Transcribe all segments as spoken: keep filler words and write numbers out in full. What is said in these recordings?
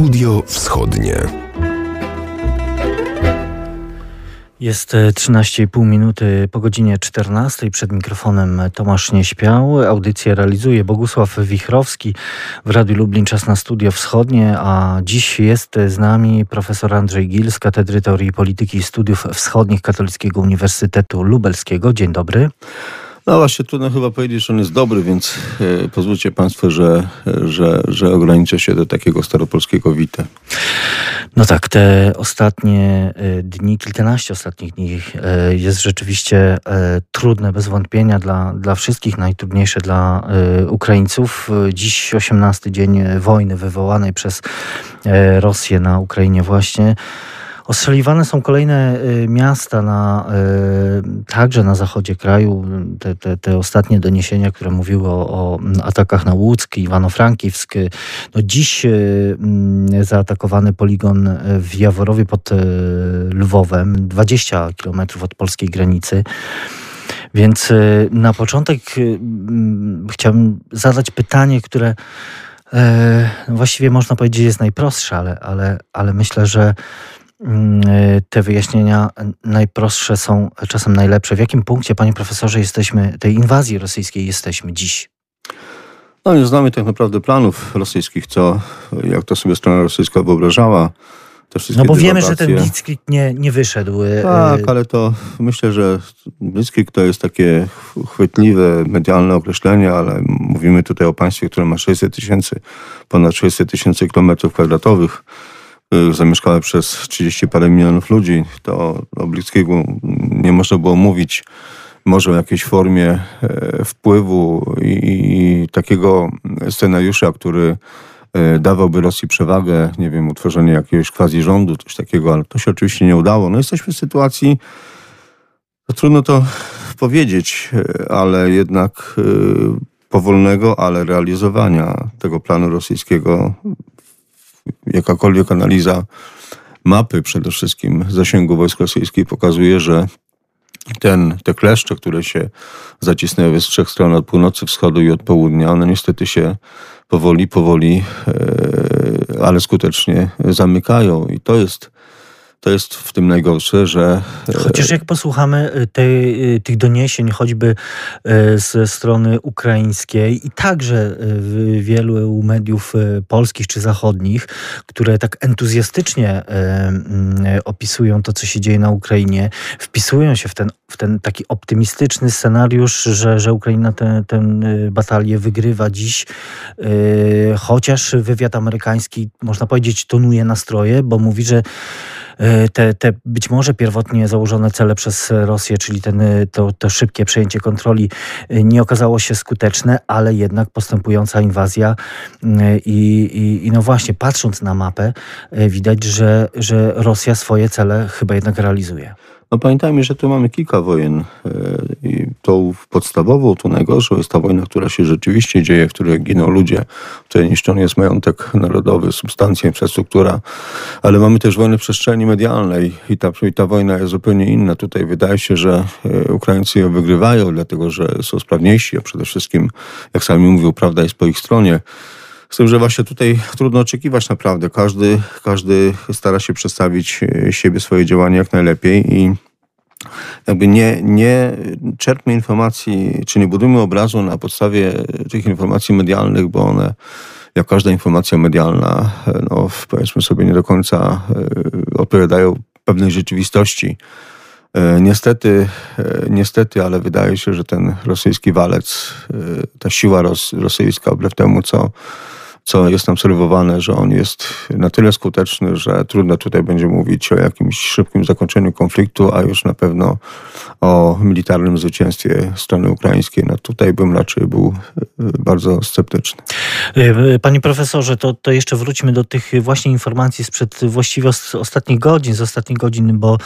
Studio Wschodnie. Jest trzynaście i pół minuty po godzinie czternastej. Przed mikrofonem Tomasz Nieśpiał. Audycję realizuje Bogusław Wichrowski. W Radiu Lublin czas na Studio Wschodnie, a dziś jest z nami profesor Andrzej Gil z Katedry Teorii Polityki i Studiów Wschodnich Katolickiego Uniwersytetu Lubelskiego. Dzień dobry. No właśnie, trudno chyba powiedzieć, że on jest dobry, więc e, pozwólcie Państwo, że, że, że ograniczę się do takiego staropolskiego wite. No tak, te ostatnie dni, kilkanaście ostatnich dni jest rzeczywiście trudne bez wątpienia dla, dla wszystkich, najtrudniejsze dla Ukraińców. Dziś osiemnasty dzień wojny wywołanej przez Rosję na Ukrainie właśnie. Ostrzeliwane są kolejne miasta na, także na zachodzie kraju. Te, te, te ostatnie doniesienia, które mówiły o, o atakach na Łuck, Iwano-Frankivsk. No dziś zaatakowany poligon w Jaworowie pod Lwowem, dwadzieścia kilometrów od polskiej granicy. Więc na początek chciałbym zadać pytanie, które właściwie można powiedzieć jest najprostsze, ale, ale, ale myślę, że te wyjaśnienia najprostsze są czasem najlepsze. W jakim punkcie, panie profesorze, jesteśmy, tej inwazji rosyjskiej jesteśmy dziś? No nie znamy tak naprawdę planów rosyjskich, co, jak to sobie strona rosyjska wyobrażała. No bo wiemy, że ten Blitzkrieg nie, nie wyszedł. Tak, ale to myślę, że Blitzkrieg to jest takie chwytliwe, medialne określenie, ale mówimy tutaj o państwie, które ma sześćset tysięcy, ponad sześćset tysięcy kilometrów kwadratowych, zamieszkałe przez trzydzieści parę milionów ludzi, to o Blitzkriegu nie można było mówić może o jakiejś formie wpływu i, i takiego scenariusza, który dawałby Rosji przewagę, nie wiem, utworzenie jakiegoś quasi rządu, coś takiego, ale to się oczywiście nie udało. No jesteśmy w sytuacji, to trudno to powiedzieć, ale jednak powolnego, ale realizowania tego planu rosyjskiego. Jakakolwiek analiza mapy przede wszystkim zasięgu wojsk rosyjskich pokazuje, że ten, te kleszcze, które się zacisnęły z trzech stron, od północy, wschodu i od południa, one niestety się powoli, powoli, ale skutecznie zamykają. I to jest, to jest w tym najgorsze, że... Chociaż jak posłuchamy tej, tych doniesień, choćby ze strony ukraińskiej i także wielu mediów polskich czy zachodnich, które tak entuzjastycznie opisują to, co się dzieje na Ukrainie, wpisują się w ten, w ten taki optymistyczny scenariusz, że, że Ukraina tę batalię wygrywa dziś, chociaż wywiad amerykański, można powiedzieć, tonuje nastroje, bo mówi, że Te, te być może pierwotnie założone cele przez Rosję, czyli ten, to, to szybkie przejęcie kontroli, nie okazało się skuteczne, ale jednak postępująca inwazja i, i, i no właśnie, patrząc na mapę, widać, że, że Rosja swoje cele chyba jednak realizuje. No pamiętajmy, że tu mamy kilka wojen i tą podstawową, tu najgorszą jest ta wojna, która się rzeczywiście dzieje, w której giną ludzie, w której niszczony jest majątek narodowy, substancje, infrastruktura, ale mamy też wojnę przestrzeni medialnej i ta, i ta wojna jest zupełnie inna. Tutaj wydaje się, że Ukraińcy ją wygrywają, dlatego że są sprawniejsi, a przede wszystkim, jak sami mówią, prawda jest po ich stronie. Z tym, że właśnie tutaj trudno oczekiwać naprawdę. Każdy, każdy stara się przedstawić siebie, swoje działania jak najlepiej i jakby nie, nie czerpmy informacji, czy nie budujmy obrazu na podstawie tych informacji medialnych, bo one, jak każda informacja medialna, no powiedzmy sobie, nie do końca odpowiadają pewnej rzeczywistości. Niestety, niestety, ale wydaje się, że ten rosyjski walec, ta siła ros, rosyjska, wbrew temu, co co jest nam serwowane, że on jest na tyle skuteczny, że trudno tutaj będzie mówić o jakimś szybkim zakończeniu konfliktu, a już na pewno o militarnym zwycięstwie strony ukraińskiej. No tutaj bym raczej był bardzo sceptyczny. Panie profesorze, to, to jeszcze wróćmy do tych właśnie informacji sprzed właściwie ostatnich godzin, z ostatnich godzin, bo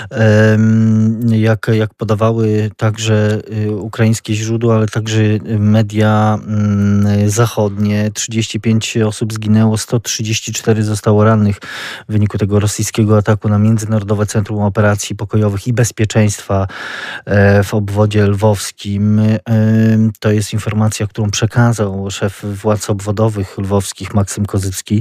jak, jak podawały także ukraińskie źródła, ale także media zachodnie, trzydzieści pięć osób zginęło, sto trzydzieści cztery zostało rannych w wyniku tego rosyjskiego ataku na Międzynarodowe Centrum Operacji Pokojowych i Bezpieczeństwa w obwodzie lwowskim. To jest informacja, którą przekazał szef władz obwodowych lwowskich Maksym Kozycki.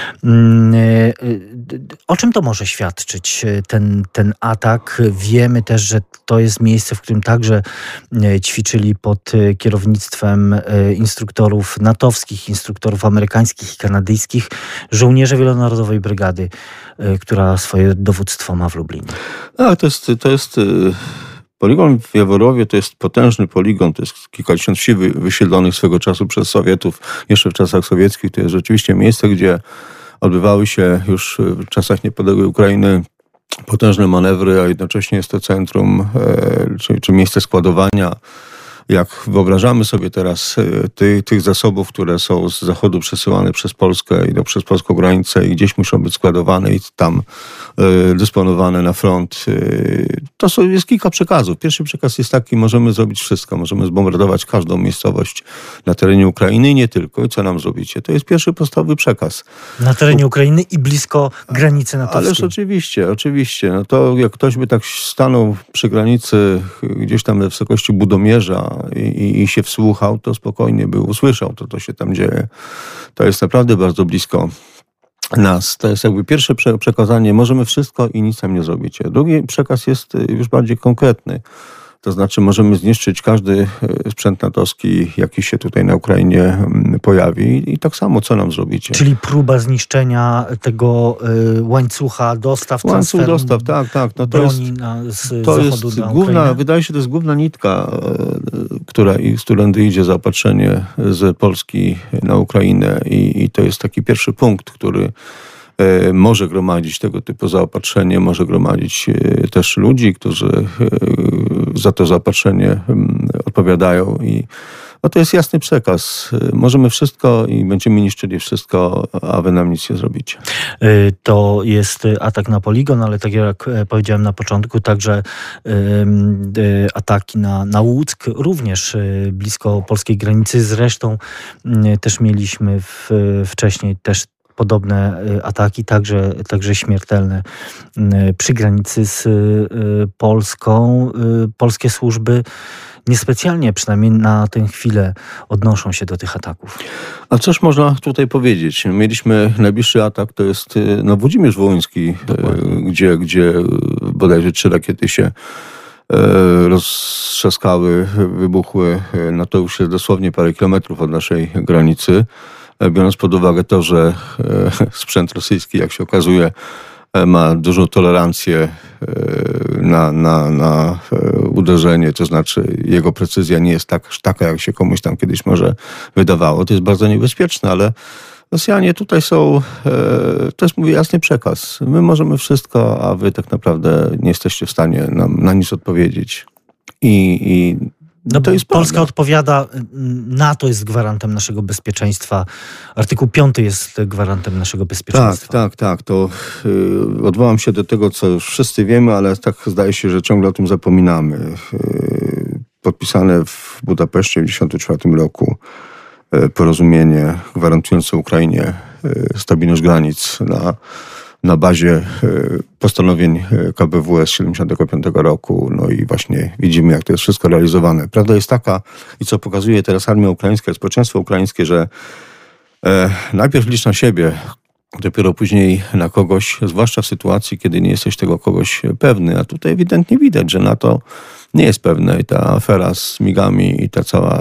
O czym to może świadczyć, ten, ten atak? Wiemy też, że to jest miejsce, w którym także ćwiczyli pod kierownictwem instruktorów natowskich, instruktorów amerykańskich i kanadyjskich, żołnierze Wielonarodowej Brygady, która swoje dowództwo ma w Lublinie. A, to jest... To jest... Poligon w Jaworowie to jest potężny poligon, to jest kilkadziesiąt wsi wysiedlonych swego czasu przez Sowietów, jeszcze w czasach sowieckich. To jest rzeczywiście miejsce, gdzie odbywały się już w czasach niepodległej Ukrainy potężne manewry, a jednocześnie jest to centrum, czy, czy miejsce składowania. Jak wyobrażamy sobie teraz ty, tych zasobów, które są z zachodu przesyłane przez Polskę i do, przez polską granicę i gdzieś muszą być składowane i tam y, dysponowane na front. Y, to są, jest kilka przekazów. Pierwszy przekaz jest taki, możemy zrobić wszystko. Możemy zbombardować każdą miejscowość na terenie Ukrainy i nie tylko. I co nam zrobicie? To jest pierwszy podstawowy przekaz. Na terenie Ukrainy i blisko granicy natowskiej. Ależ oczywiście, oczywiście. No to jak ktoś by tak stanął przy granicy gdzieś tam we wysokości Budomierza I, i, i się wsłuchał, to spokojnie by usłyszał to, co się tam dzieje. To jest naprawdę bardzo blisko nas. To jest jakby pierwsze prze, przekazanie, możemy wszystko i nic nam nie zrobicie. Drugi przekaz jest już bardziej konkretny. To znaczy możemy zniszczyć każdy sprzęt natowski, jaki się tutaj na Ukrainie pojawi i tak samo, co nam zrobicie. Czyli próba zniszczenia tego y, łańcucha dostaw, Łańcuch dostaw, tak, tak. No to broni jest, na, z to zachodu jest na główna, Ukrainę. wydaje się, to jest główna nitka, y, która, z którędy idzie zaopatrzenie z Polski na Ukrainę i, i to jest taki pierwszy punkt, który może gromadzić tego typu zaopatrzenie, może gromadzić też ludzi, którzy za to zaopatrzenie odpowiadają. I no to jest jasny przekaz. Możemy wszystko i będziemy niszczyli wszystko, a wy nam nic nie zrobicie. To jest atak na poligon, ale tak jak powiedziałem na początku, także ataki na, na Łuck, również blisko polskiej granicy. Zresztą też mieliśmy w, wcześniej też podobne ataki, także, także śmiertelne przy granicy z Polską. Polskie służby niespecjalnie, przynajmniej na tę chwilę, odnoszą się do tych ataków. A cóż można tutaj powiedzieć? Mieliśmy najbliższy atak, to jest no, Włodzimierz Wołyński, gdzie, gdzie bodajże trzy rakiety się roztrzaskały, wybuchły. No to już jest dosłownie parę kilometrów od naszej granicy. Biorąc pod uwagę to, że sprzęt rosyjski, jak się okazuje, ma dużą tolerancję na, na, na uderzenie, to znaczy jego precyzja nie jest tak, taka, jak się komuś tam kiedyś może wydawało. To jest bardzo niebezpieczne, ale Rosjanie tutaj są, to jest, mówię, jasny przekaz. My możemy wszystko, a wy tak naprawdę nie jesteście w stanie nam na nic odpowiedzieć. I, i No, to jest Polska prawda. odpowiada, NATO jest gwarantem naszego bezpieczeństwa. Artykuł piąty jest gwarantem naszego bezpieczeństwa. Tak, tak, tak. To yy, odwołam się do tego, co już wszyscy wiemy, ale tak zdaje się, że ciągle o tym zapominamy. Yy, podpisane w Budapeszcie w tysiąc dziewięćset dziewięćdziesiątym czwartym roku yy, porozumienie gwarantujące Ukrainie yy, stabilność granic na na bazie postanowień K B W S z siedemdziesiątego piątego roku. No i właśnie widzimy, jak to jest wszystko realizowane. Prawda jest taka, i co pokazuje teraz armia ukraińska, społeczeństwo ukraińskie, że e, najpierw licz na siebie, dopiero później na kogoś, zwłaszcza w sytuacji, kiedy nie jesteś tego kogoś pewny. A tutaj ewidentnie widać, że NATO nie jest pewne i ta afera z migami i ta cała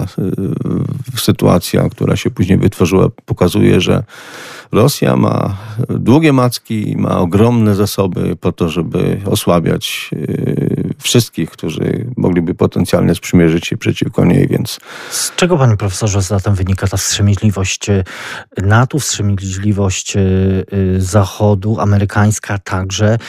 y, sytuacja, która się później wytworzyła, pokazuje, że Rosja ma długie macki, ma ogromne zasoby po to, żeby osłabiać y, wszystkich, którzy mogliby potencjalnie sprzymierzyć się przeciwko niej, więc... Z czego, panie profesorze, zatem wynika ta wstrzemięźliwość NATO, wstrzemięźliwość Zachodu, amerykańska także?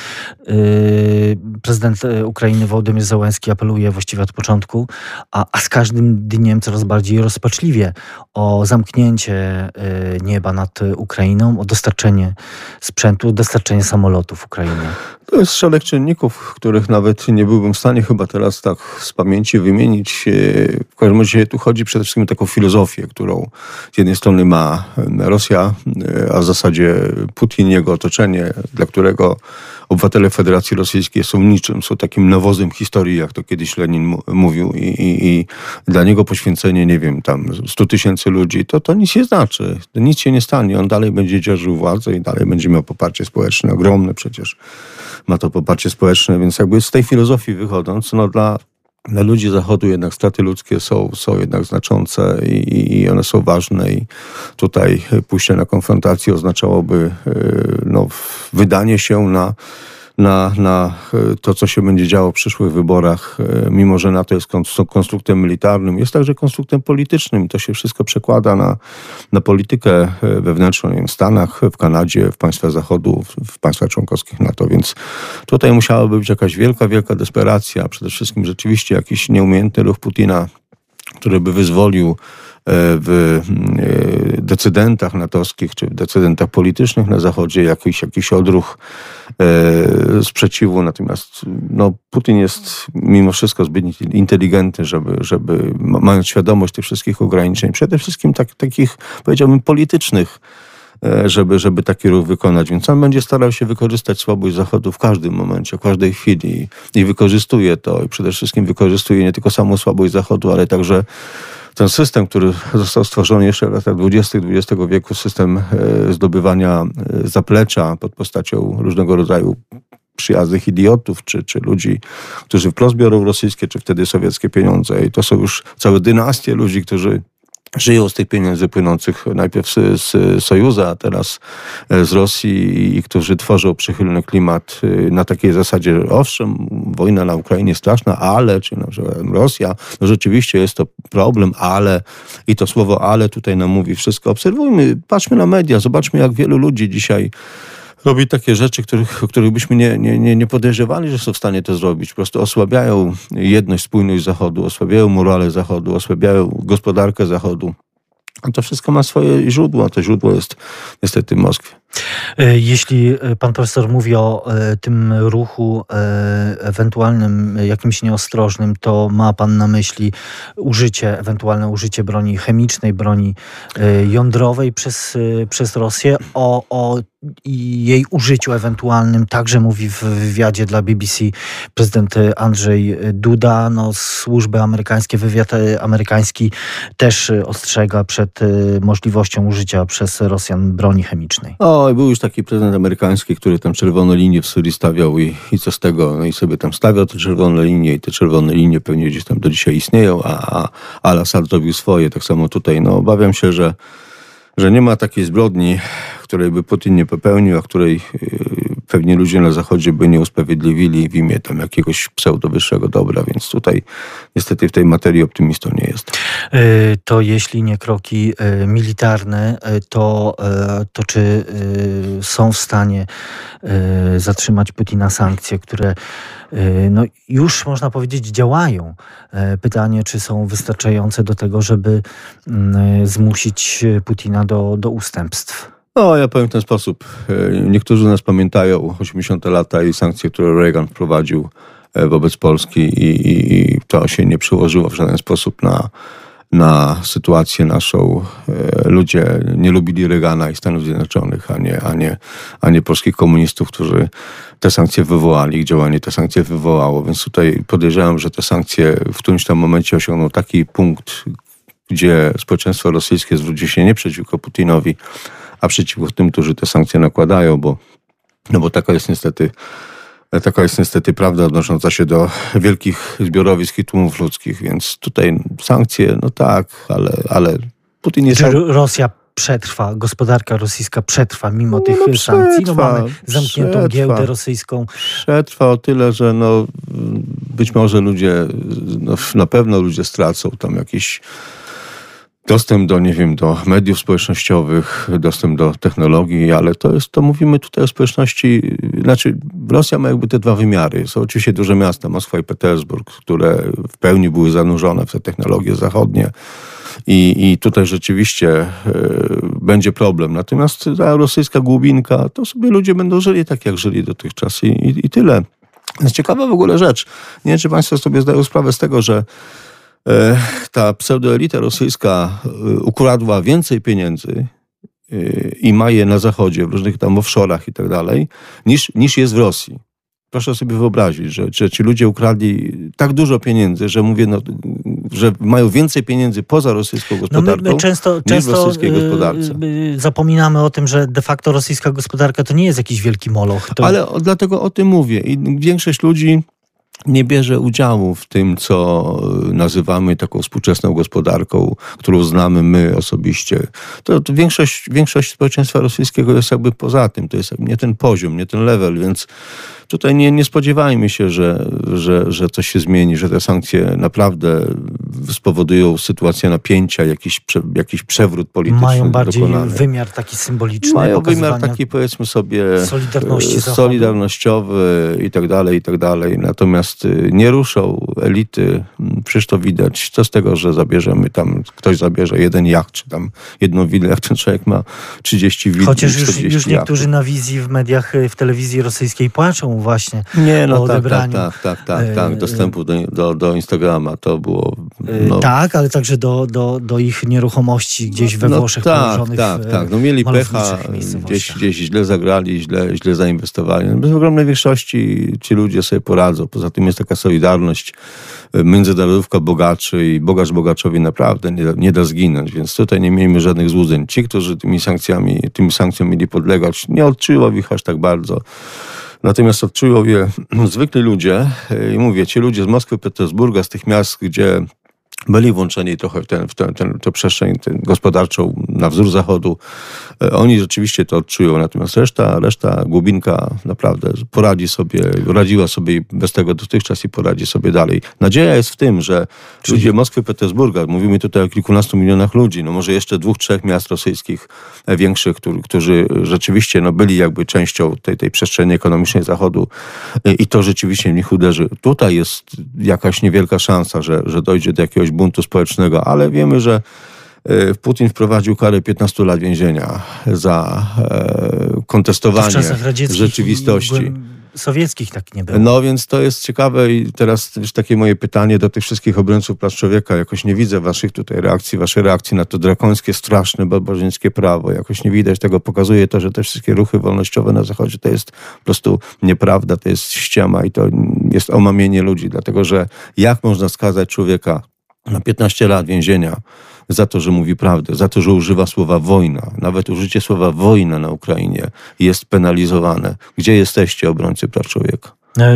Prezydent Ukrainy Wołodymyr Zełenski apeluje właściwie od początku, a, a z każdym dniem coraz bardziej rozpaczliwie o zamknięcie nieba nad Ukrainą, o dostarczenie sprzętu, dostarczenie samolotów Ukrainie. To jest szereg czynników, których nawet nie byłbym w stanie chyba teraz tak z pamięci wymienić. W każdym razie tu chodzi przede wszystkim o taką filozofię, którą z jednej strony ma Rosja, a w zasadzie Putin i jego otoczenie, dla którego obywatele Federacji Rosyjskiej są niczym, są takim nawozem historii, jak to kiedyś Lenin mu- mówił i, i, i dla niego poświęcenie, nie wiem, tam stu tysięcy ludzi, to to nic nie znaczy. To nic się nie stanie. On dalej będzie dzierżył władzę i dalej będzie miał poparcie społeczne, ogromne przecież ma to poparcie społeczne, więc jakby z tej filozofii wychodząc, no dla Dla ludzi Zachodu jednak straty ludzkie są, są jednak znaczące i, i one są ważne i tutaj pójście na konfrontację oznaczałoby no, wydanie się na, na, na to, co się będzie działo w przyszłych wyborach, mimo że NATO jest konstruktem militarnym, jest także konstruktem politycznym. To się wszystko przekłada na, na politykę wewnętrzną, nie wiem, w Stanach, w Kanadzie, w państwach Zachodu, w, w państwach członkowskich NATO, więc tutaj musiałaby być jakaś wielka, wielka desperacja, a przede wszystkim rzeczywiście jakiś nieumiejętny ruch Putina, który by wyzwolił w decydentach natowskich, czy w decydentach politycznych na Zachodzie jakiś, jakiś odruch e, sprzeciwu. Natomiast no, Putin jest mimo wszystko zbyt inteligentny, żeby, żeby mając świadomość tych wszystkich ograniczeń, przede wszystkim tak, takich, powiedziałbym, politycznych, żeby, żeby taki ruch wykonać. Więc on będzie starał się wykorzystać słabość Zachodu w każdym momencie, w każdej chwili i wykorzystuje to. I przede wszystkim wykorzystuje nie tylko samą słabość Zachodu, ale także ten system, który został stworzony jeszcze w latach dwudziestych dwudziestego wieku, system zdobywania zaplecza pod postacią różnego rodzaju przyjaznych idiotów, czy, czy ludzi, którzy wprost biorą rosyjskie, czy wtedy sowieckie pieniądze. I to są już całe dynastie ludzi, którzy żyją z tych pieniędzy płynących najpierw z, z Sojuza, a teraz z Rosji i którzy tworzą przychylny klimat na takiej zasadzie, owszem, wojna na Ukrainie straszna, ale, czy na przykład Rosja, no rzeczywiście jest to problem, ale, i to słowo ale tutaj nam mówi wszystko. Obserwujmy, patrzmy na media, zobaczmy, jak wielu ludzi dzisiaj robi takie rzeczy, których, których byśmy nie, nie, nie, nie podejrzewali, że są w stanie to zrobić. Po prostu osłabiają jedność, spójność Zachodu, osłabiają morale Zachodu, osłabiają gospodarkę Zachodu. A to wszystko ma swoje źródło, a to źródło jest niestety w Moskwie. Jeśli pan profesor mówi o tym ruchu ewentualnym, jakimś nieostrożnym, to ma pan na myśli użycie, ewentualne użycie broni chemicznej, broni jądrowej przez, przez Rosję. O, o jej użyciu ewentualnym także mówi w wywiadzie dla B B C prezydent Andrzej Duda. No, służby amerykańskie, wywiad amerykański też ostrzega przed możliwością użycia przez Rosjan broni chemicznej. O, był już taki prezydent amerykański, który tam czerwone linie w Syrii stawiał i, i co z tego? No i sobie tam stawiał te czerwone linie i te czerwone linie pewnie gdzieś tam do dzisiaj istnieją, a, a Al-Assad robił swoje. Tak samo tutaj. No obawiam się, że, że nie ma takiej zbrodni, której by Putin nie popełnił, a której yy, pewnie ludzie na Zachodzie by nie usprawiedliwili w imię tam jakiegoś pseudo-wyższego dobra, więc tutaj niestety w tej materii optymistą nie jest. To jeśli nie kroki militarne, to, to czy są w stanie zatrzymać Putina sankcje, które no już można powiedzieć działają. Pytanie, czy są wystarczające do tego, żeby zmusić Putina do, do ustępstw? No, ja powiem w ten sposób. Niektórzy z nas pamiętają osiemdziesiąte lata i sankcje, które Reagan wprowadził wobec Polski i, i, i to się nie przełożyło w żaden sposób na, na sytuację naszą. Ludzie nie lubili Reagana i Stanów Zjednoczonych, a nie, a nie, a nie polskich komunistów, którzy te sankcje wywołali, ich działanie te sankcje wywołało. Więc tutaj podejrzewam, że te sankcje w którymś tam momencie osiągną taki punkt, gdzie społeczeństwo rosyjskie zwróci się nie przeciwko Putinowi, a przeciwko tym, którzy te sankcje nakładają, bo, no bo taka jest niestety taka jest niestety prawda odnosząca się do wielkich zbiorowisk i tłumów ludzkich, więc tutaj sankcje, no tak, ale, ale Putin jest... Czy Rosja przetrwa, gospodarka rosyjska przetrwa mimo no, tych no, sankcji? No mamy zamkniętą przetrwa, giełdę rosyjską. Przetrwa o tyle, że no, być może ludzie, no, na pewno ludzie stracą tam jakiś dostęp do, nie wiem, do mediów społecznościowych, dostęp do technologii, ale to jest, to mówimy tutaj o społeczności, znaczy Rosja ma jakby te dwa wymiary. Są oczywiście duże miasta, Moskwa i Petersburg, które w pełni były zanurzone w te technologie zachodnie i, i tutaj rzeczywiście y, będzie problem. Natomiast ta rosyjska głubinka, to sobie ludzie będą żyli tak, jak żyli dotychczas i, i, i tyle. Jest ciekawa w ogóle rzecz. Nie wiem, czy państwo sobie zdają sprawę z tego, że ta pseudoelita rosyjska ukradła więcej pieniędzy i ma je na Zachodzie, w różnych tam offshorach i tak dalej, niż, niż jest w Rosji. Proszę sobie wyobrazić, że, że ci ludzie ukradli tak dużo pieniędzy, że mówię, no, że mają więcej pieniędzy poza rosyjską gospodarką no my, my często, niż często w rosyjskiej gospodarce. Zapominamy o tym, że de facto rosyjska gospodarka to nie jest jakiś wielki moloch. To... Ale o, dlatego o tym mówię. I większość ludzi nie bierze udziału w tym, co nazywamy taką współczesną gospodarką, którą znamy my osobiście. To, to większość, większość społeczeństwa rosyjskiego jest jakby poza tym. To jest nie ten poziom, nie ten level, więc tutaj nie, nie spodziewajmy się, że, że, że coś się zmieni, że te sankcje naprawdę spowodują sytuację napięcia, jakiś, prze, jakiś przewrót polityczny Mają bardziej dokonany. wymiar taki symboliczny. Mają wymiar taki, powiedzmy sobie, solidarności solidarnościowy i tak dalej, i tak dalej. Natomiast nie ruszą elity. Przecież to widać. Co z tego, że zabierzemy tam, ktoś zabierze jeden jacht, czy tam jedną willę, jak ten człowiek ma trzydzieści willi, chociaż już, czterdzieści już niektórzy jachtów. Na wizji, w mediach, w telewizji rosyjskiej płaczą właśnie nie, no o tak, odebraniu. Tak, tak, tak, tak, tak. Dostępu do, do, do Instagrama to było... No, tak, ale także do, do, do ich nieruchomości gdzieś we no, Włoszech tak, położonych tak, w tak. No mieli pecha, gdzieś, gdzieś źle zagrali, źle, źle zainwestowali. No, w ogromnej większości ci ludzie sobie poradzą. Poza tym jest taka solidarność, międzynarodówka bogaczy i bogacz bogaczowi naprawdę nie da, nie da zginąć, więc tutaj nie miejmy żadnych złudzeń. Ci, którzy tymi sankcjami, tymi sankcjom mieli podlegać, nie odczuło ich aż tak bardzo. Natomiast odczują je zwykli ludzie i mówię, ci ludzie z Moskwy, Petersburga, z tych miast, gdzie byli włączeni trochę w, ten, w ten, ten, tę przestrzeń ten gospodarczą na wzór Zachodu. Oni rzeczywiście to odczują, natomiast reszta, reszta głubinka naprawdę poradzi sobie, radziła sobie bez tego dotychczas i poradzi sobie dalej. Nadzieja jest w tym, że Czyli... ludzie Moskwy, Petersburga, mówimy tutaj o kilkunastu milionach ludzi, no może jeszcze dwóch, trzech miast rosyjskich większych, którzy, którzy rzeczywiście no, byli jakby częścią tej, tej przestrzeni ekonomicznej Zachodu i to rzeczywiście w nich uderzy. Tutaj jest jakaś niewielka szansa, że, że dojdzie do jakiegoś buntu społecznego, ale wiemy, że Putin wprowadził karę piętnastu lat więzienia za kontestowanie rzeczywistości. Sowieckich tak nie było. No więc to jest ciekawe i teraz też takie moje pytanie do tych wszystkich obrońców praw człowieka. Jakoś nie widzę waszych tutaj reakcji, waszej reakcji na to drakońskie, straszne, barbarzyńskie prawo. Jakoś nie widać tego. Pokazuje to, że te wszystkie ruchy wolnościowe na Zachodzie to jest po prostu nieprawda, to jest ściema i to jest omamienie ludzi. Dlatego, że jak można skazać człowieka na piętnaście lat więzienia za to, że mówi prawdę, za to, że używa słowa wojna. Nawet użycie słowa wojna na Ukrainie jest penalizowane. Gdzie jesteście, obrońcy praw człowieka?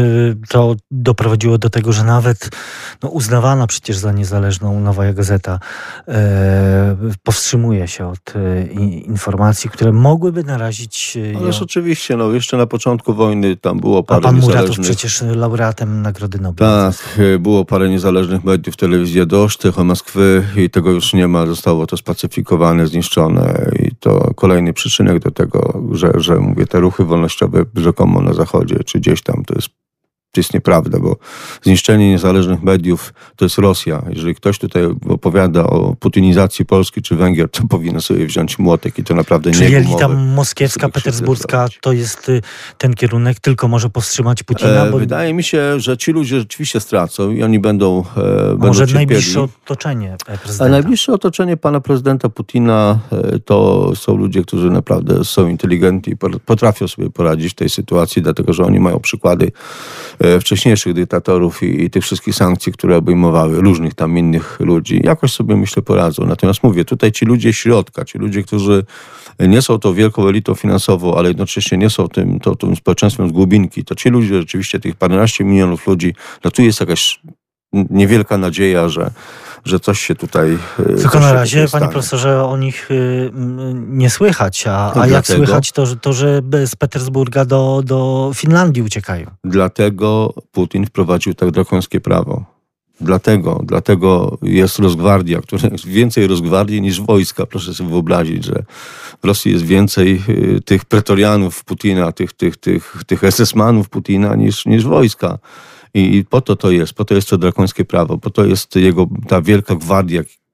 To doprowadziło do tego, że nawet no, uznawana przecież za niezależną Nowa Gazeta e, powstrzymuje się od e, informacji, które mogłyby narazić... E, Ależ ją... oczywiście, no jeszcze na początku wojny tam było parę A pan niezależnych... Muratow przecież laureatem Nagrody Nobla. Tak, było parę niezależnych mediów, telewizja Dość, Echo Moskwy i tego już nie ma, zostało to spacyfikowane, zniszczone i to kolejny przyczynek do tego, że, że mówię, te ruchy wolnościowe rzekomo na Zachodzie, czy gdzieś tam, to jest To jest nieprawda, bo zniszczenie niezależnych mediów to jest Rosja. Jeżeli ktoś tutaj opowiada o putinizacji Polski czy Węgier, to powinien sobie wziąć młotek i to naprawdę nie Czyli gumowy. elita moskiewska, petersburska to jest ten kierunek, tylko może powstrzymać Putina? E, bo... Wydaje mi się, że ci ludzie rzeczywiście stracą i oni będą, e, będą Może cierpieli. najbliższe otoczenie prezydenta. A najbliższe otoczenie pana prezydenta Putina e, to są ludzie, którzy naprawdę są inteligentni i potrafią sobie poradzić w tej sytuacji, dlatego że oni mają przykłady wcześniejszych dyktatorów i, i tych wszystkich sankcji, które obejmowały różnych tam innych ludzi. Jakoś sobie, myślę, poradzą. Natomiast mówię, tutaj ci ludzie środka, ci ludzie, którzy nie są tą wielką elitą finansową, ale jednocześnie nie są tym, to, tym społeczeństwem z głubinki, to ci ludzie rzeczywiście, tych paręnaście milionów ludzi, no tu jest jakaś niewielka nadzieja, że że coś się tutaj... Tylko na razie, panie profesorze, o nich nie słychać, a, a jak słychać, to, to że z Petersburga do, do Finlandii uciekają. Dlatego Putin wprowadził tak drakońskie prawo. Dlatego, dlatego jest Rosgwardia, która jest więcej Rosgwardii niż wojska. Proszę sobie wyobrazić, że w Rosji jest więcej tych pretorianów Putina, tych, tych, tych, tych es es manów Putina niż, niż wojska. I po to to jest, po to jest to drakońskie prawo, po to jest jego ta wielka gwardia,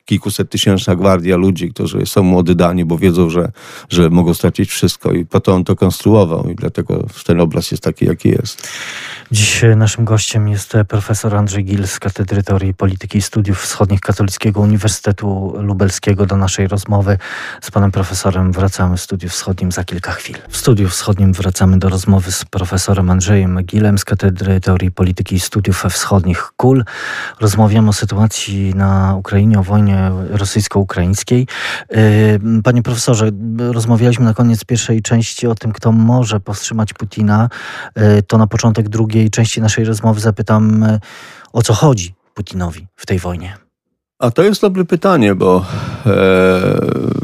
kilkuset tysięczna gwardia ludzi, którzy są mu oddani, bo wiedzą, że, że mogą stracić wszystko i po to on to konstruował i dlatego ten obraz jest taki, jaki jest. Dziś naszym gościem jest profesor Andrzej Gil z Katedry Teorii Polityki i Studiów Wschodnich Katolickiego Uniwersytetu Lubelskiego. Do naszej rozmowy z panem profesorem wracamy w Studiu Wschodnim za kilka chwil. W Studiu Wschodnim wracamy do rozmowy z profesorem Andrzejem Gilem z Katedry Teorii Polityki i Studiów Wschodnich K U L. Rozmawiamy o sytuacji na Ukrainie, o wojnie rosyjsko-ukraińskiej. Panie profesorze, rozmawialiśmy na koniec pierwszej części o tym, kto może powstrzymać Putina. To na początek drugiej części naszej rozmowy zapytam, o co chodzi Putinowi w tej wojnie. A to jest dobre pytanie, bo e,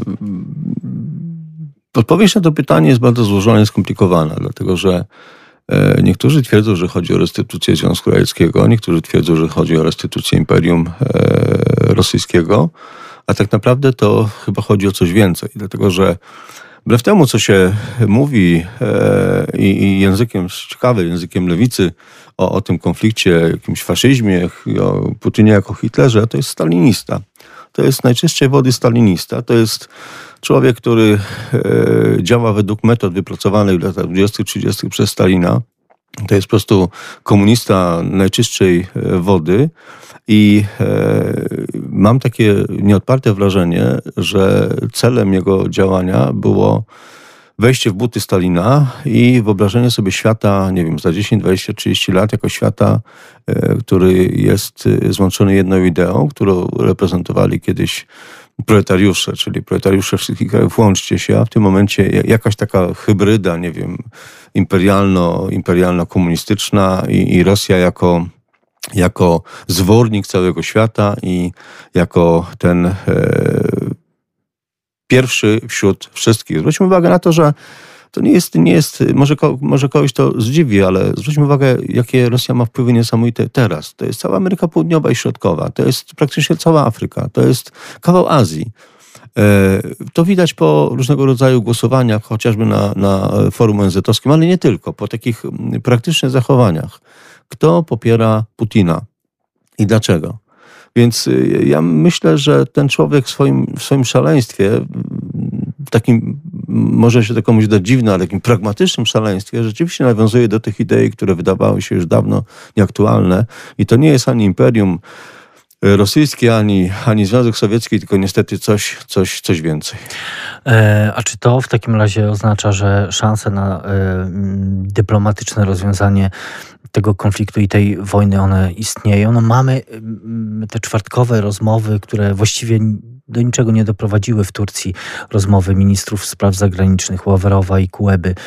odpowiedź na to pytanie jest bardzo złożona i skomplikowana, dlatego że e, niektórzy twierdzą, że chodzi o restytucję Związku Radzieckiego, niektórzy twierdzą, że chodzi o restytucję Imperium e, Rosyjskiego, a tak naprawdę to chyba chodzi o coś więcej, dlatego że wbrew temu, co się mówi e, i, i językiem ciekawym, językiem lewicy o, o tym konflikcie, jakimś faszyzmie, o Putinie jako Hitlerze, to jest stalinista. To jest najczystszej wody stalinista. To jest człowiek, który e, działa według metod wypracowanych w latach dwudziestych, trzydziestych przez Stalina. To jest po prostu komunista najczystszej wody. I e, mam takie nieodparte wrażenie, że celem jego działania było wejście w buty Stalina i wyobrażenie sobie świata, nie wiem, za dziesięć, dwadzieścia, trzydzieści lat jako świata, e, który jest złączony jedną ideą, którą reprezentowali kiedyś proletariusze, czyli proletariusze wszystkich krajów, łączcie się, a w tym momencie jakaś taka hybryda, nie wiem, imperialno, imperialno-komunistyczna i, i Rosja jako jako zwornik całego świata i jako ten e, pierwszy wśród wszystkich. Zwróćmy uwagę na to, że to nie jest, nie jest może, ko, może kogoś to zdziwi, ale zwróćmy uwagę, jakie Rosja ma wpływy niesamowite teraz. To jest cała Ameryka Południowa i Środkowa, to jest praktycznie cała Afryka, to jest kawał Azji. E, to widać po różnego rodzaju głosowaniach, chociażby na, na forum O N Z-owskim, ale nie tylko, po takich praktycznych zachowaniach. Kto popiera Putina i dlaczego? Więc ja myślę, że ten człowiek w swoim, w swoim szaleństwie, w takim, może się to komuś dać dziwne, ale takim pragmatycznym szaleństwie, rzeczywiście nawiązuje do tych idei, które wydawały się już dawno nieaktualne. I to nie jest ani imperium rosyjskie, ani, ani Związek Sowiecki, tylko niestety coś, coś, coś więcej. E, a czy to w takim razie oznacza, że szanse na e, dyplomatyczne rozwiązanie tego konfliktu i tej wojny, one istnieją? No mamy te czwartkowe rozmowy, które właściwie do niczego nie doprowadziły w Turcji. Rozmowy ministrów spraw zagranicznych Ławrowa i Kueby,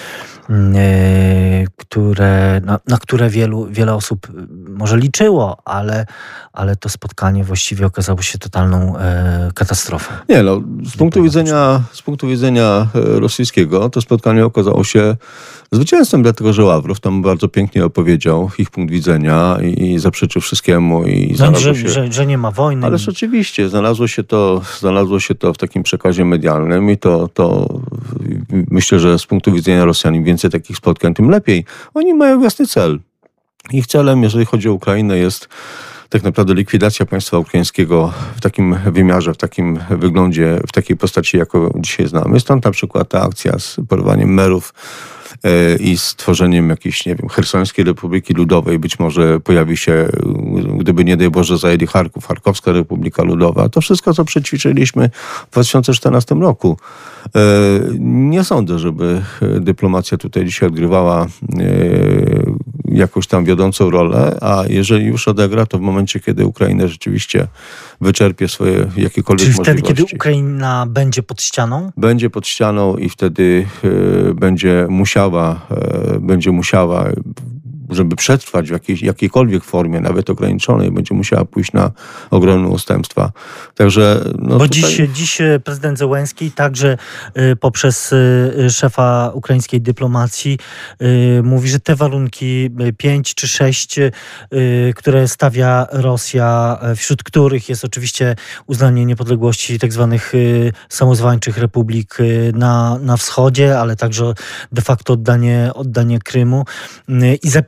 które, na, na które wielu, wiele osób może liczyło, ale, ale to spotkanie właściwie okazało się totalną e, katastrofą. Nie, no, z punktu widzenia, z punktu widzenia rosyjskiego to spotkanie okazało się zwycięstwem, dlatego że Ławrow tam bardzo pięknie opowiedział ich punkt widzenia i, i zaprzeczył wszystkiemu. I no, że, się, że, że nie ma wojny. Ależ oczywiście, znalazło się to, znalazło się to w takim przekazie medialnym i to, to myślę, że z punktu widzenia Rosjan im więcej takich spotkań, tym lepiej. Oni mają jasny cel. Ich celem, jeżeli chodzi o Ukrainę, jest tak naprawdę likwidacja państwa ukraińskiego w takim wymiarze, w takim wyglądzie, w takiej postaci, jaką dzisiaj znamy. Stąd na przykład ta akcja z porwaniem merów i stworzeniem jakiejś, nie wiem, Chersońskiej Republiki Ludowej. Być może pojawi się, gdyby nie daj Boże zajęli Charków, Charkowska Republika Ludowa. To wszystko, co przećwiczyliśmy w dwa tysiące czternastym roku. Nie sądzę, żeby dyplomacja tutaj dzisiaj odgrywała jakąś tam wiodącą rolę, a jeżeli już odegra, to w momencie, kiedy Ukraina rzeczywiście wyczerpie swoje jakiekolwiek Czyli możliwości. wtedy, kiedy Ukraina będzie pod ścianą? Będzie pod ścianą i wtedy y, będzie musiała, y, będzie musiała, żeby przetrwać w jakiejś, jakiejkolwiek formie, nawet ograniczonej, będzie musiała pójść na ogromne ustępstwa. Także, no Bo tutaj... dziś, dziś prezydent Zełenski także y, poprzez y, szefa ukraińskiej dyplomacji y, mówi, że te warunki pięć czy sześć, y, które stawia Rosja, wśród których jest oczywiście uznanie niepodległości tak zwanych y, samozwańczych republik y, na, na wschodzie, ale także de facto oddanie, oddanie Krymu y, i zapisanie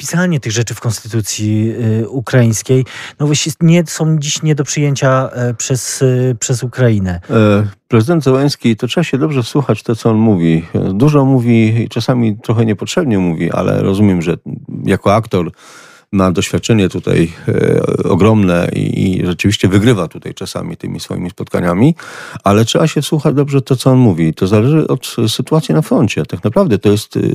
zapisanie tych rzeczy w konstytucji y, ukraińskiej, no właśnie nie, są dziś nie do przyjęcia y, przez, y, przez Ukrainę. Prezydent Zełenski, to trzeba się dobrze wsłuchać to, co on mówi. Dużo mówi i czasami trochę niepotrzebnie mówi, ale rozumiem, że jako aktor ma doświadczenie tutaj e, ogromne i, i rzeczywiście wygrywa tutaj czasami tymi swoimi spotkaniami, ale trzeba się wsłuchać dobrze to, co on mówi. To zależy od sytuacji na froncie. Tak naprawdę to jest e,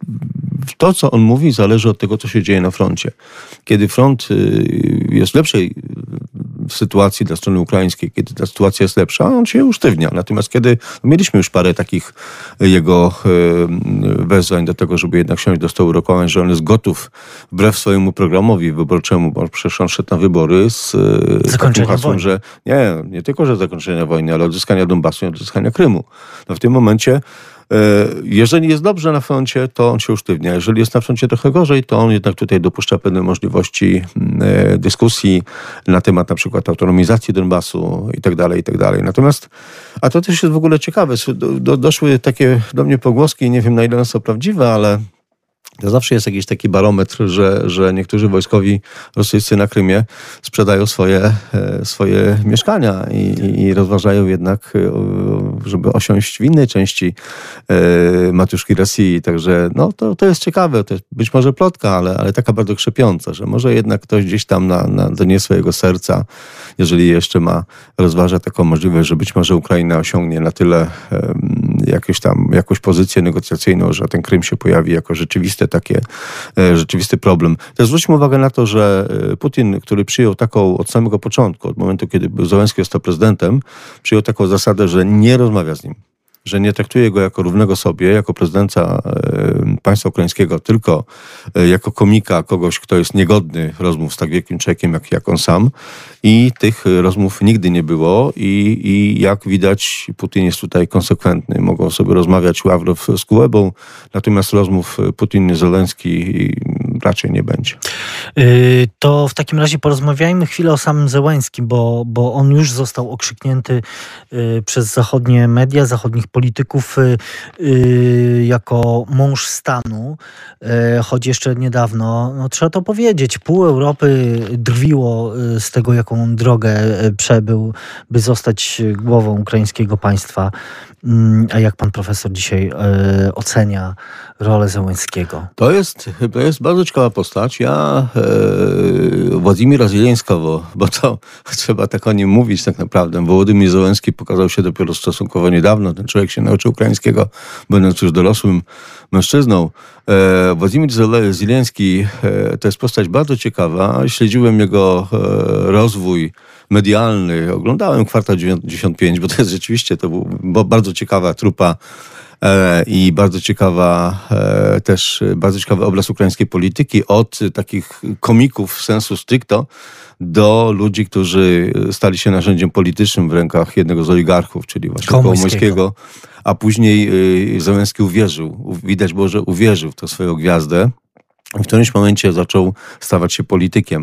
to, co on mówi, zależy od tego, co się dzieje na froncie. Kiedy front e, jest w lepszej sytuacji dla strony ukraińskiej, kiedy ta sytuacja jest lepsza, on się usztywnia. Natomiast kiedy mieliśmy już parę takich jego e, wezwań do tego, żeby jednak siąść do stołu rokowań, że on jest gotów wbrew swojemu programowi wyborczemu, bo przecież on szedł na wybory z takim hasłem, że nie, nie tylko, że zakończenia wojny, ale odzyskania Donbasu i odzyskania Krymu. No w tym momencie, jeżeli jest dobrze na froncie, to on się usztywnia. Jeżeli jest na froncie trochę gorzej, to on jednak tutaj dopuszcza pewne możliwości dyskusji na temat na przykład autonomizacji Donbasu i tak dalej, i tak dalej. Natomiast, a to też jest w ogóle ciekawe, do, do, doszły takie do mnie pogłoski, nie wiem na ile one są prawdziwe, ale to zawsze jest jakiś taki barometr, że, że niektórzy wojskowi rosyjscy na Krymie sprzedają swoje, swoje mieszkania i, i rozważają jednak, żeby osiąść w innej części matuszki Rosji. Także no, to, to jest ciekawe, to jest być może plotka, ale, ale taka bardzo krzepiąca, że może jednak ktoś gdzieś tam na, na dnie swojego serca, jeżeli jeszcze ma, rozważa taką możliwość, że być może Ukraina osiągnie na tyle um, jakąś tam, jakąś pozycję negocjacyjną, że ten Krym się pojawi jako rzeczywiste takie, e, rzeczywisty problem. Też zwróćmy uwagę na to, że Putin, który przyjął taką od samego początku, od momentu, kiedy Zełenski został prezydentem, przyjął taką zasadę, że nie rozmawia z nim. Że nie traktuje go jako równego sobie, jako prezydenta e, państwa ukraińskiego, tylko e, jako komika, kogoś, kto jest niegodny rozmów z tak wielkim człowiekiem, jak, jak on sam. I tych rozmów nigdy nie było i, i jak widać, Putin jest tutaj konsekwentny. Mogą sobie rozmawiać Ławrow z Kułebą, natomiast rozmów Putin-Zełenski raczej nie będzie. Yy, to w takim razie porozmawiajmy chwilę o samym Zełenskim, bo, bo on już został okrzyknięty yy, przez zachodnie media, zachodnich polityków yy, jako mąż stanu, yy, choć jeszcze niedawno, no, trzeba to powiedzieć, pół Europy drwiło z tego, jaką drogę przebył, by zostać głową ukraińskiego państwa. Yy, a jak pan profesor dzisiaj yy, ocenia rolę Zełenskiego? To jest, to jest bardzo ciekawa postać. Ja e, Władimira Zieleńskiego, bo to trzeba tak o nim mówić tak naprawdę. Wołodymyr Zełenski pokazał się dopiero stosunkowo niedawno. Ten człowiek się nauczył ukraińskiego, będąc już dorosłym mężczyzną. E, Władimir Zełenski e, to jest postać bardzo ciekawa. Śledziłem jego e, rozwój medialny. Oglądałem Kwartał dziewięćdziesiąt pięć, bo to jest rzeczywiście to był bardzo ciekawa trupa i bardzo ciekawa też, bardzo ciekawy obraz ukraińskiej polityki od takich komików sensu stricto do ludzi, którzy stali się narzędziem politycznym w rękach jednego z oligarchów, czyli właśnie Kołomońskiego. A później Zełenski uwierzył, widać było, że uwierzył w tę swoją gwiazdę i w którymś momencie zaczął stawać się politykiem.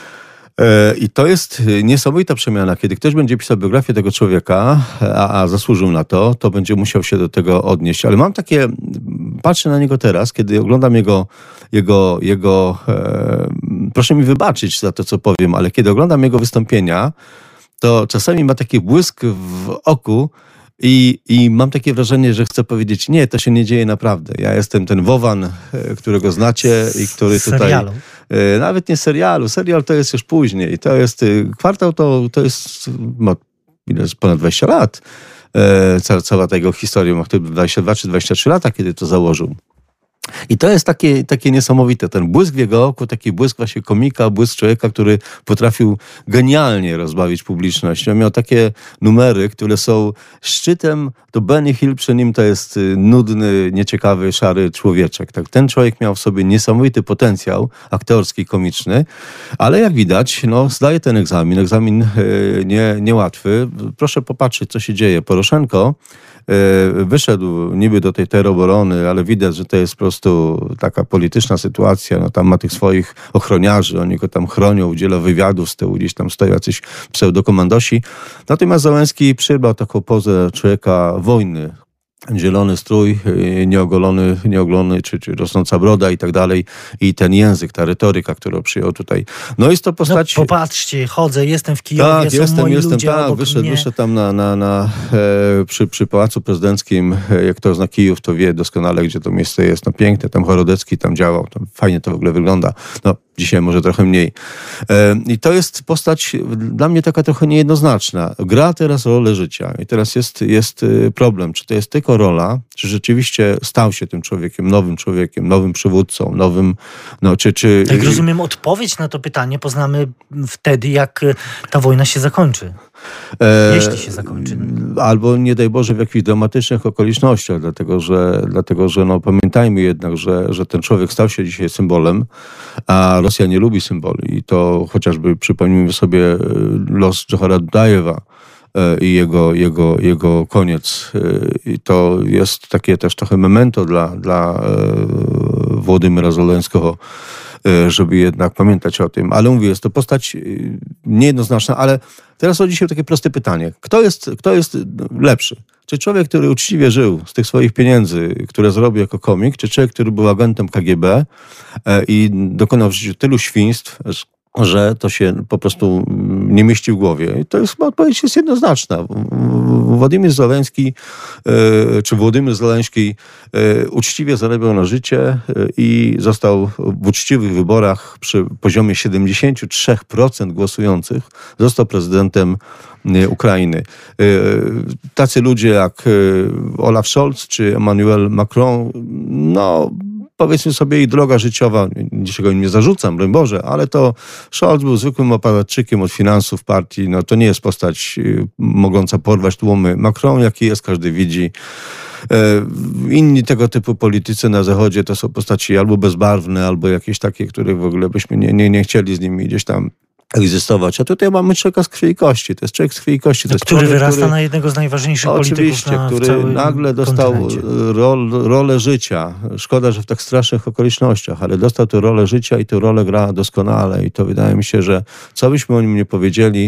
I to jest niesamowita przemiana. Kiedy ktoś będzie pisał biografię tego człowieka, a, a zasłużył na to, to będzie musiał się do tego odnieść. Ale mam takie, patrzę na niego teraz, kiedy oglądam jego, jego, jego e, proszę mi wybaczyć za to, co powiem, ale kiedy oglądam jego wystąpienia, to czasami ma taki błysk w oku, I, I mam takie wrażenie, że chcę powiedzieć, nie, to się nie dzieje naprawdę. Ja jestem ten Wowan, którego znacie i który tutaj... Serialu. Nawet nie serialu. Serial to jest już później. To jest... Kwartał to, to jest ma ponad dwadzieścia lat. Cała, cała ta jego historia ma dwadzieścia dwa czy dwadzieścia trzy lata, kiedy to założył. I to jest takie, takie niesamowite. Ten błysk w jego oku, taki błysk właśnie komika, błysk człowieka, który potrafił genialnie rozbawić publiczność. On miał takie numery, które są szczytem, to Benny Hill przy nim to jest nudny, nieciekawy, szary człowieczek. Tak, ten człowiek miał w sobie niesamowity potencjał aktorski, komiczny, ale jak widać, no, zdaje ten egzamin. Egzamin yy, nie, niełatwy. Proszę popatrzeć, co się dzieje. Poroszenko wyszedł niby do tej teroborony, ale widać, że to jest po prostu taka polityczna sytuacja. No, tam ma tych swoich ochroniarzy, oni go tam chronią, udziela wywiadów, z tyłu gdzieś tam stoją jacyś pseudokomandosi. Natomiast Zełenski przybrał taką pozę człowieka wojny. zielony strój, nieogolony, nieogolony czy, czy rosnąca broda i tak dalej. I ten język, ta retoryka, którą przyjął tutaj. No jest to postać... No, popatrzcie, chodzę, jestem w Kijowie, tak, są jestem, moi jestem, ludzie tak, obok wyszedł, mnie. wyszedł tam na, na, na, e, przy, przy Pałacu Prezydenckim. Jak kto zna Kijów, to wie doskonale, gdzie to miejsce jest. No piękne, tam Chorodecki tam działał, tam fajnie to w ogóle wygląda. No dzisiaj może trochę mniej. E, I to jest postać dla mnie taka trochę niejednoznaczna. Gra teraz rolę życia. I teraz jest, jest problem, czy to jest tylko rola, czy rzeczywiście stał się tym człowiekiem, nowym człowiekiem, nowym przywódcą, nowym, no czy... czy Jak rozumiem, odpowiedź na to pytanie poznamy wtedy, jak ta wojna się zakończy. E, Jeśli się zakończy. Albo nie daj Boże w jakichś dramatycznych okolicznościach, dlatego że, dlatego, że no, pamiętajmy jednak, że, że ten człowiek stał się dzisiaj symbolem, a Rosja nie lubi symboli. I to chociażby przypomnijmy sobie los Dżohara Dudajewa i jego, jego, jego koniec. I to jest takie też trochę memento dla, dla Władimira Zełenskiego, żeby jednak pamiętać o tym. Ale mówię, jest to postać niejednoznaczna, ale teraz rodzi się takie proste pytanie. Kto jest, kto jest lepszy? Czy człowiek, który uczciwie żył z tych swoich pieniędzy, które zrobił jako komik, czy człowiek, który był agentem K G B i dokonał w życiu tylu świństw, że to się po prostu nie mieści w głowie. I to jest chyba odpowiedź jest jednoznaczna. Władimir Zełenski, czy Władimir Zełenski uczciwie zarabiał na życie i został w uczciwych wyborach przy poziomie siedemdziesiąt trzy procent głosujących, został prezydentem Ukrainy. Tacy ludzie jak Olaf Scholz czy Emmanuel Macron, no powiedzmy sobie i droga życiowa, niczego im nie zarzucam, broń Boże, ale to Scholz był zwykłym aparatczykiem od finansów partii, no to nie jest postać y, mogąca porwać tłumy. Macron, jaki jest, każdy widzi. E, inni tego typu politycy na Zachodzie to są postaci albo bezbarwne, albo jakieś takie, których w ogóle byśmy nie, nie, nie chcieli z nimi gdzieś tam egzystować. A tutaj mamy człowieka z krwi i kości. To jest człowiek z krwi i kości. To jest który człowiek, wyrasta który, na jednego z najważniejszych polityków na, który w całym nagle dostał rol, rolę życia. Szkoda, że w tak strasznych okolicznościach, ale dostał tę rolę życia i tę rolę gra doskonale. I to wydaje mi się, że co byśmy o nim nie powiedzieli,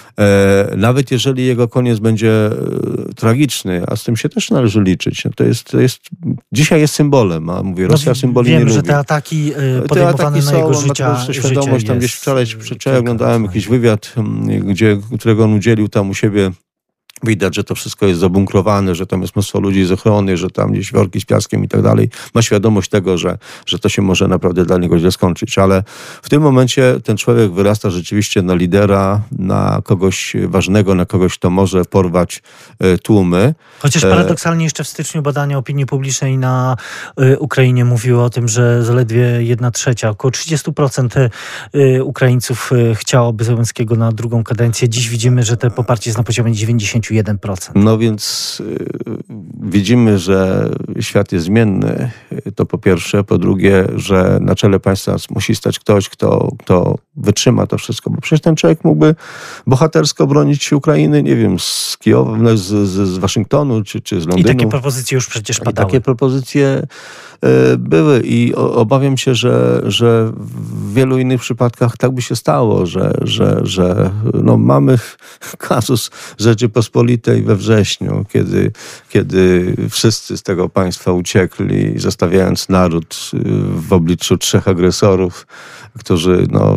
e, nawet jeżeli jego koniec będzie e, tragiczny, a z tym się też należy liczyć. No to jest, to jest, dzisiaj jest symbolem, a mówię, Rosja no, symboli wiem, nie lubi. że te ataki e, podejmowane te ataki na są, jego on życia, ma po świadomość, życie tam gdzieś wczoraj, wczoraj oglądałem jakiś wywiad, gdzie, którego on udzielił tam u siebie. Widać, że to wszystko jest zabunkrowane, że tam jest mnóstwo ludzi z ochrony, że tam gdzieś worki z piaskiem i tak dalej. Ma świadomość tego, że, że to się może naprawdę dla niego źle skończyć. Ale w tym momencie ten człowiek wyrasta rzeczywiście na lidera, na kogoś ważnego, na kogoś, kto może porwać e, tłumy. Chociaż paradoksalnie jeszcze w styczniu badania opinii publicznej na y, Ukrainie mówiły o tym, że zaledwie jedna trzecia, około trzydzieści procent y, Ukraińców y, chciałoby Zełenskiego na drugą kadencję. Dziś widzimy, że te poparcie jest na poziomie dziewięćdziesiąt jeden procent. No więc y, widzimy, że świat jest zmienny. To po pierwsze. Po drugie, że na czele państwa musi stać ktoś, kto, kto wytrzyma to wszystko. Bo przecież ten człowiek mógłby bohatersko bronić Ukrainy, nie wiem, z Kijowa, z, z, z Waszyngtonu czy, czy z Londynu. I takie propozycje już przecież padały. I takie propozycje y, były i o, obawiam się, że, że w wielu innych przypadkach tak by się stało, że, że, że no, mamy kazus Rzeczypospolitej we wrześniu, kiedy, kiedy wszyscy z tego państwa uciekli, zostawiając naród w obliczu trzech agresorów, którzy no,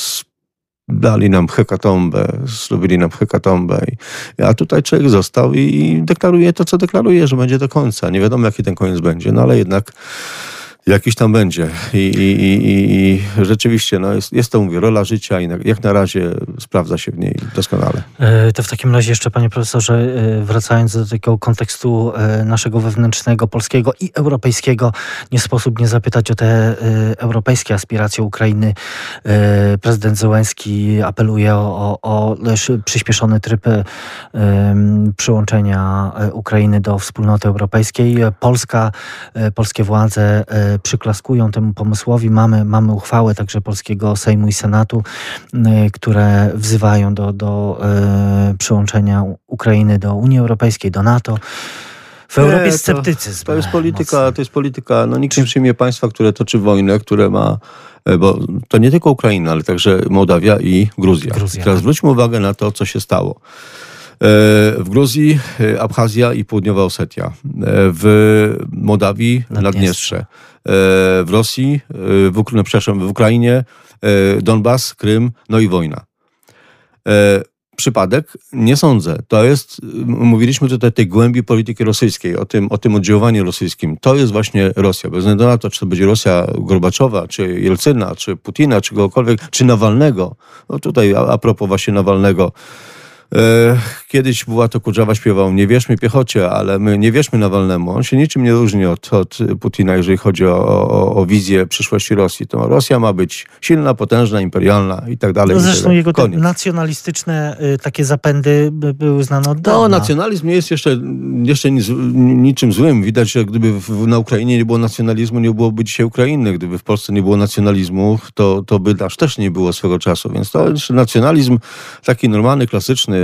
dali nam hekatombę, zrobili nam hekatombę. A tutaj człowiek został i deklaruje to, co deklaruje, że będzie do końca. Nie wiadomo, jaki ten koniec będzie, no ale jednak jakiś tam będzie. I, i, i, i rzeczywiście, no jest, jest to, mówię, rola życia i na, jak na razie sprawdza się w niej doskonale. To w takim razie jeszcze, panie profesorze, wracając do tego kontekstu naszego wewnętrznego, polskiego i europejskiego, nie sposób nie zapytać o te europejskie aspiracje Ukrainy. Prezydent Zełenski apeluje o, o, o przyspieszony tryb przyłączenia Ukrainy do wspólnoty europejskiej. Polska, polskie władze przyklaskują temu pomysłowi. Mamy, mamy uchwały także polskiego Sejmu i Senatu, które wzywają do, do e, przyłączenia Ukrainy do Unii Europejskiej, do NATO. W Europie jest sceptycyzm. To, to jest polityka, to jest polityka, no nikt nie przyjmie państwa, które toczy wojnę, które ma, bo to nie tylko Ukraina, ale także Mołdawia i Gruzja. Gruzja. Teraz zwróćmy uwagę na to, co się stało. w Gruzji Abchazja i Południowa Osetia, w Mołdawii Naddniestrze, w Rosji, w, Ukra- przepraszam, w Ukrainie Donbas, Krym, no i wojna. Przypadek? Nie sądzę. To jest, mówiliśmy tutaj o tej głębi polityki rosyjskiej, o tym, o tym oddziaływaniu rosyjskim. To jest właśnie Rosja. Bez względu na to, czy to będzie Rosja Gorbaczowa, czy Jelcyna, czy Putina, czy kogokolwiek, czy Nawalnego. No tutaj a, a propos właśnie Nawalnego. Kiedyś była to Kudżawa śpiewał, nie wierzmy piechocie, ale my nie wierzmy Nawalnemu. On się niczym nie różni od, od Putina, jeżeli chodzi o, o, o wizję przyszłości Rosji. To Rosja ma być silna, potężna, imperialna i tak dalej. No zresztą jego te Koniec. nacjonalistyczne y, takie zapędy by, były znane od dawna. No, nacjonalizm nie jest jeszcze, jeszcze nic, niczym złym. Widać, że gdyby w, na Ukrainie nie było nacjonalizmu, nie byłoby dzisiaj Ukrainy. Gdyby w Polsce nie było nacjonalizmu, to, to by aż też nie było swego czasu. Więc to jest nacjonalizm taki normalny, klasyczny,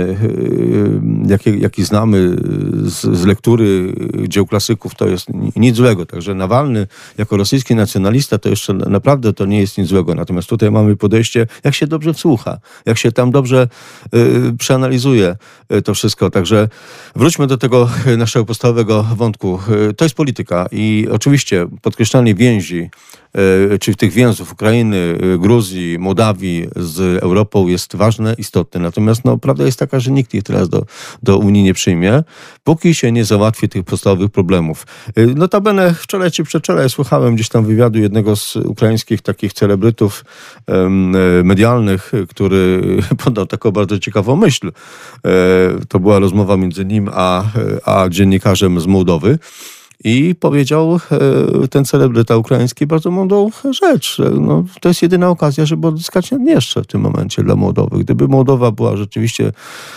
Jaki, jaki znamy z, z lektury dzieł klasyków, to jest nic złego. Także Nawalny jako rosyjski nacjonalista to jeszcze naprawdę to nie jest nic złego. Natomiast tutaj mamy podejście, jak się dobrze wsłucha, jak się tam dobrze y, przeanalizuje to wszystko. Także wróćmy do tego naszego podstawowego wątku. To jest polityka i oczywiście podkreślanie więzi, y, czy tych więzów Ukrainy, Gruzji, Mołdawii z Europą jest ważne, istotne. Natomiast no, prawda jest taka, że nikt ich teraz do, do Unii nie przyjmie, póki się nie załatwi tych podstawowych problemów. Notabene wczoraj czy przedwczoraj słuchałem gdzieś tam wywiadu jednego z ukraińskich takich celebrytów um, medialnych, który podał taką bardzo ciekawą myśl. E, to była rozmowa między nim a, a dziennikarzem z Mołdowy. I powiedział e, ten celebryta ukraiński bardzo mądrą rzecz. No, to jest jedyna okazja, żeby odzyskać Naddniestrze w tym momencie dla Mołdowy. Gdyby Mołdowa była rzeczywiście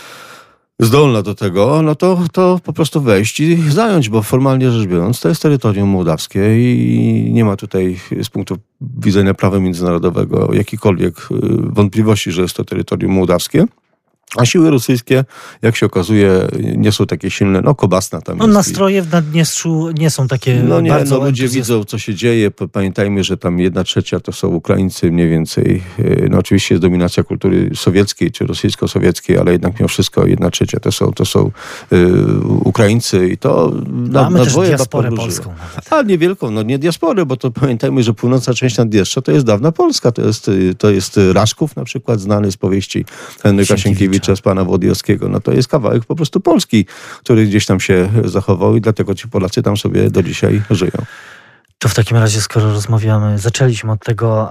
zdolna do tego, no to, to po prostu wejść i zająć, bo formalnie rzecz biorąc to jest terytorium mołdawskie i nie ma tutaj z punktu widzenia prawa międzynarodowego jakichkolwiek wątpliwości, że jest to terytorium mołdawskie. A siły rosyjskie, jak się okazuje, nie są takie silne. No, Kobasna tam no, jest. Nastroje w Naddniestrzu nie są takie no nie, bardzo... No ludzie entuzjast... widzą, co się dzieje. Pamiętajmy, że tam jedna trzecia to są Ukraińcy mniej więcej. No oczywiście jest dominacja kultury sowieckiej czy rosyjsko-sowieckiej, ale jednak mimo wszystko jedna trzecia to są, to są yy, Ukraińcy i to... No, mamy też diasporę polską. Nawet. A niewielką, no nie diasporę, bo to pamiętajmy, że północna część Naddniestrza to jest dawna Polska. To jest, to jest Raszków na przykład, znany z powieści Henryka Sienkiewicza z pana Włodyjowskiego. No to jest kawałek po prostu Polski, który gdzieś tam się zachował i dlatego ci Polacy tam sobie do dzisiaj żyją. To w takim razie, skoro rozmawiamy, zaczęliśmy od tego,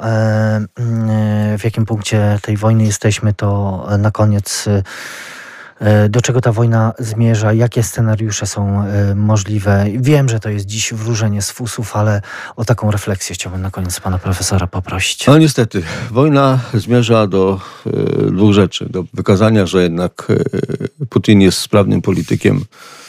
w jakim punkcie tej wojny jesteśmy, to na koniec, do czego ta wojna zmierza, jakie scenariusze są możliwe. Wiem, że to jest dziś wróżenie z fusów, ale o taką refleksję chciałbym na koniec pana profesora poprosić. No niestety, wojna zmierza do y, dwóch rzeczy. Do wykazania, że jednak y, Putin jest sprawnym politykiem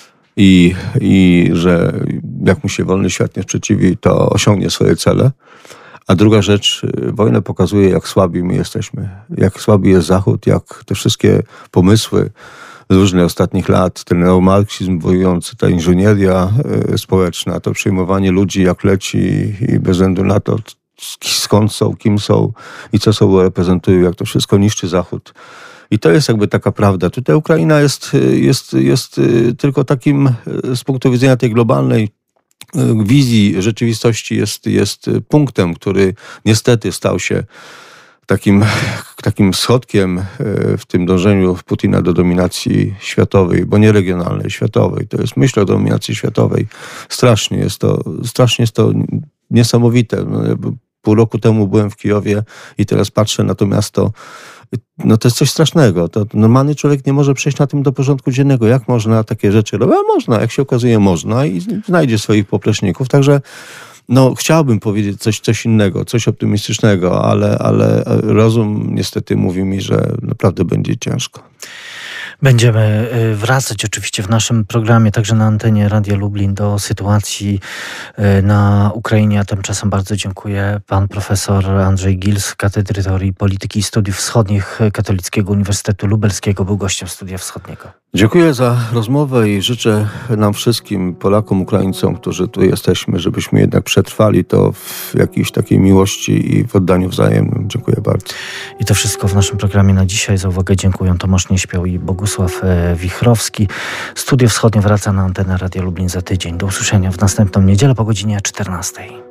i, i że jak mu się wolny świat nie sprzeciwi, to osiągnie swoje cele. A druga rzecz, y, wojna pokazuje, jak słabi my jesteśmy, jak słaby jest Zachód, jak te wszystkie pomysły z różnych ostatnich lat, ten neomarksizm wojujący, ta inżynieria y, społeczna, to przyjmowanie ludzi jak leci i bez względu na to, skąd są, kim są i co sobą reprezentują, jak to wszystko niszczy Zachód. I to jest jakby taka prawda. Tutaj Ukraina jest, jest, jest tylko takim, z punktu widzenia tej globalnej wizji rzeczywistości, jest, jest punktem, który niestety stał się takim, takim schodkiem w tym dążeniu Putina do dominacji światowej, bo nie regionalnej, światowej. To jest myśl o dominacji światowej. Strasznie jest to, strasznie jest to niesamowite. Pół roku temu byłem w Kijowie i teraz patrzę na to miasto. No to jest coś strasznego. To normalny człowiek nie może przejść na tym do porządku dziennego. Jak można takie rzeczy robić? A można, jak się okazuje, można i znajdzie swoich popleczników. Także no, chciałbym powiedzieć coś, coś innego, coś optymistycznego, ale, ale rozum niestety mówi mi, że naprawdę będzie ciężko. Będziemy wracać oczywiście w naszym programie, także na antenie Radia Lublin, do sytuacji na Ukrainie. A tymczasem bardzo dziękuję. Pan profesor Andrzej Gil z Katedry Teorii Polityki i Studiów Wschodnich Katolickiego Uniwersytetu Lubelskiego był gościem Studia Wschodniego. Dziękuję za rozmowę i życzę nam wszystkim, Polakom, Ukraińcom, którzy tu jesteśmy, żebyśmy jednak przetrwali to w jakiejś takiej miłości i w oddaniu wzajemnym. Dziękuję bardzo. I to wszystko w naszym programie na dzisiaj. Za uwagę dziękuję Tomasz Nieśpiał i Bogusław Bogusław Wichrowski. Studio Wschodnie wraca na antenę Radia Lublin za tydzień. Do usłyszenia w następną niedzielę po godzinie czternastej.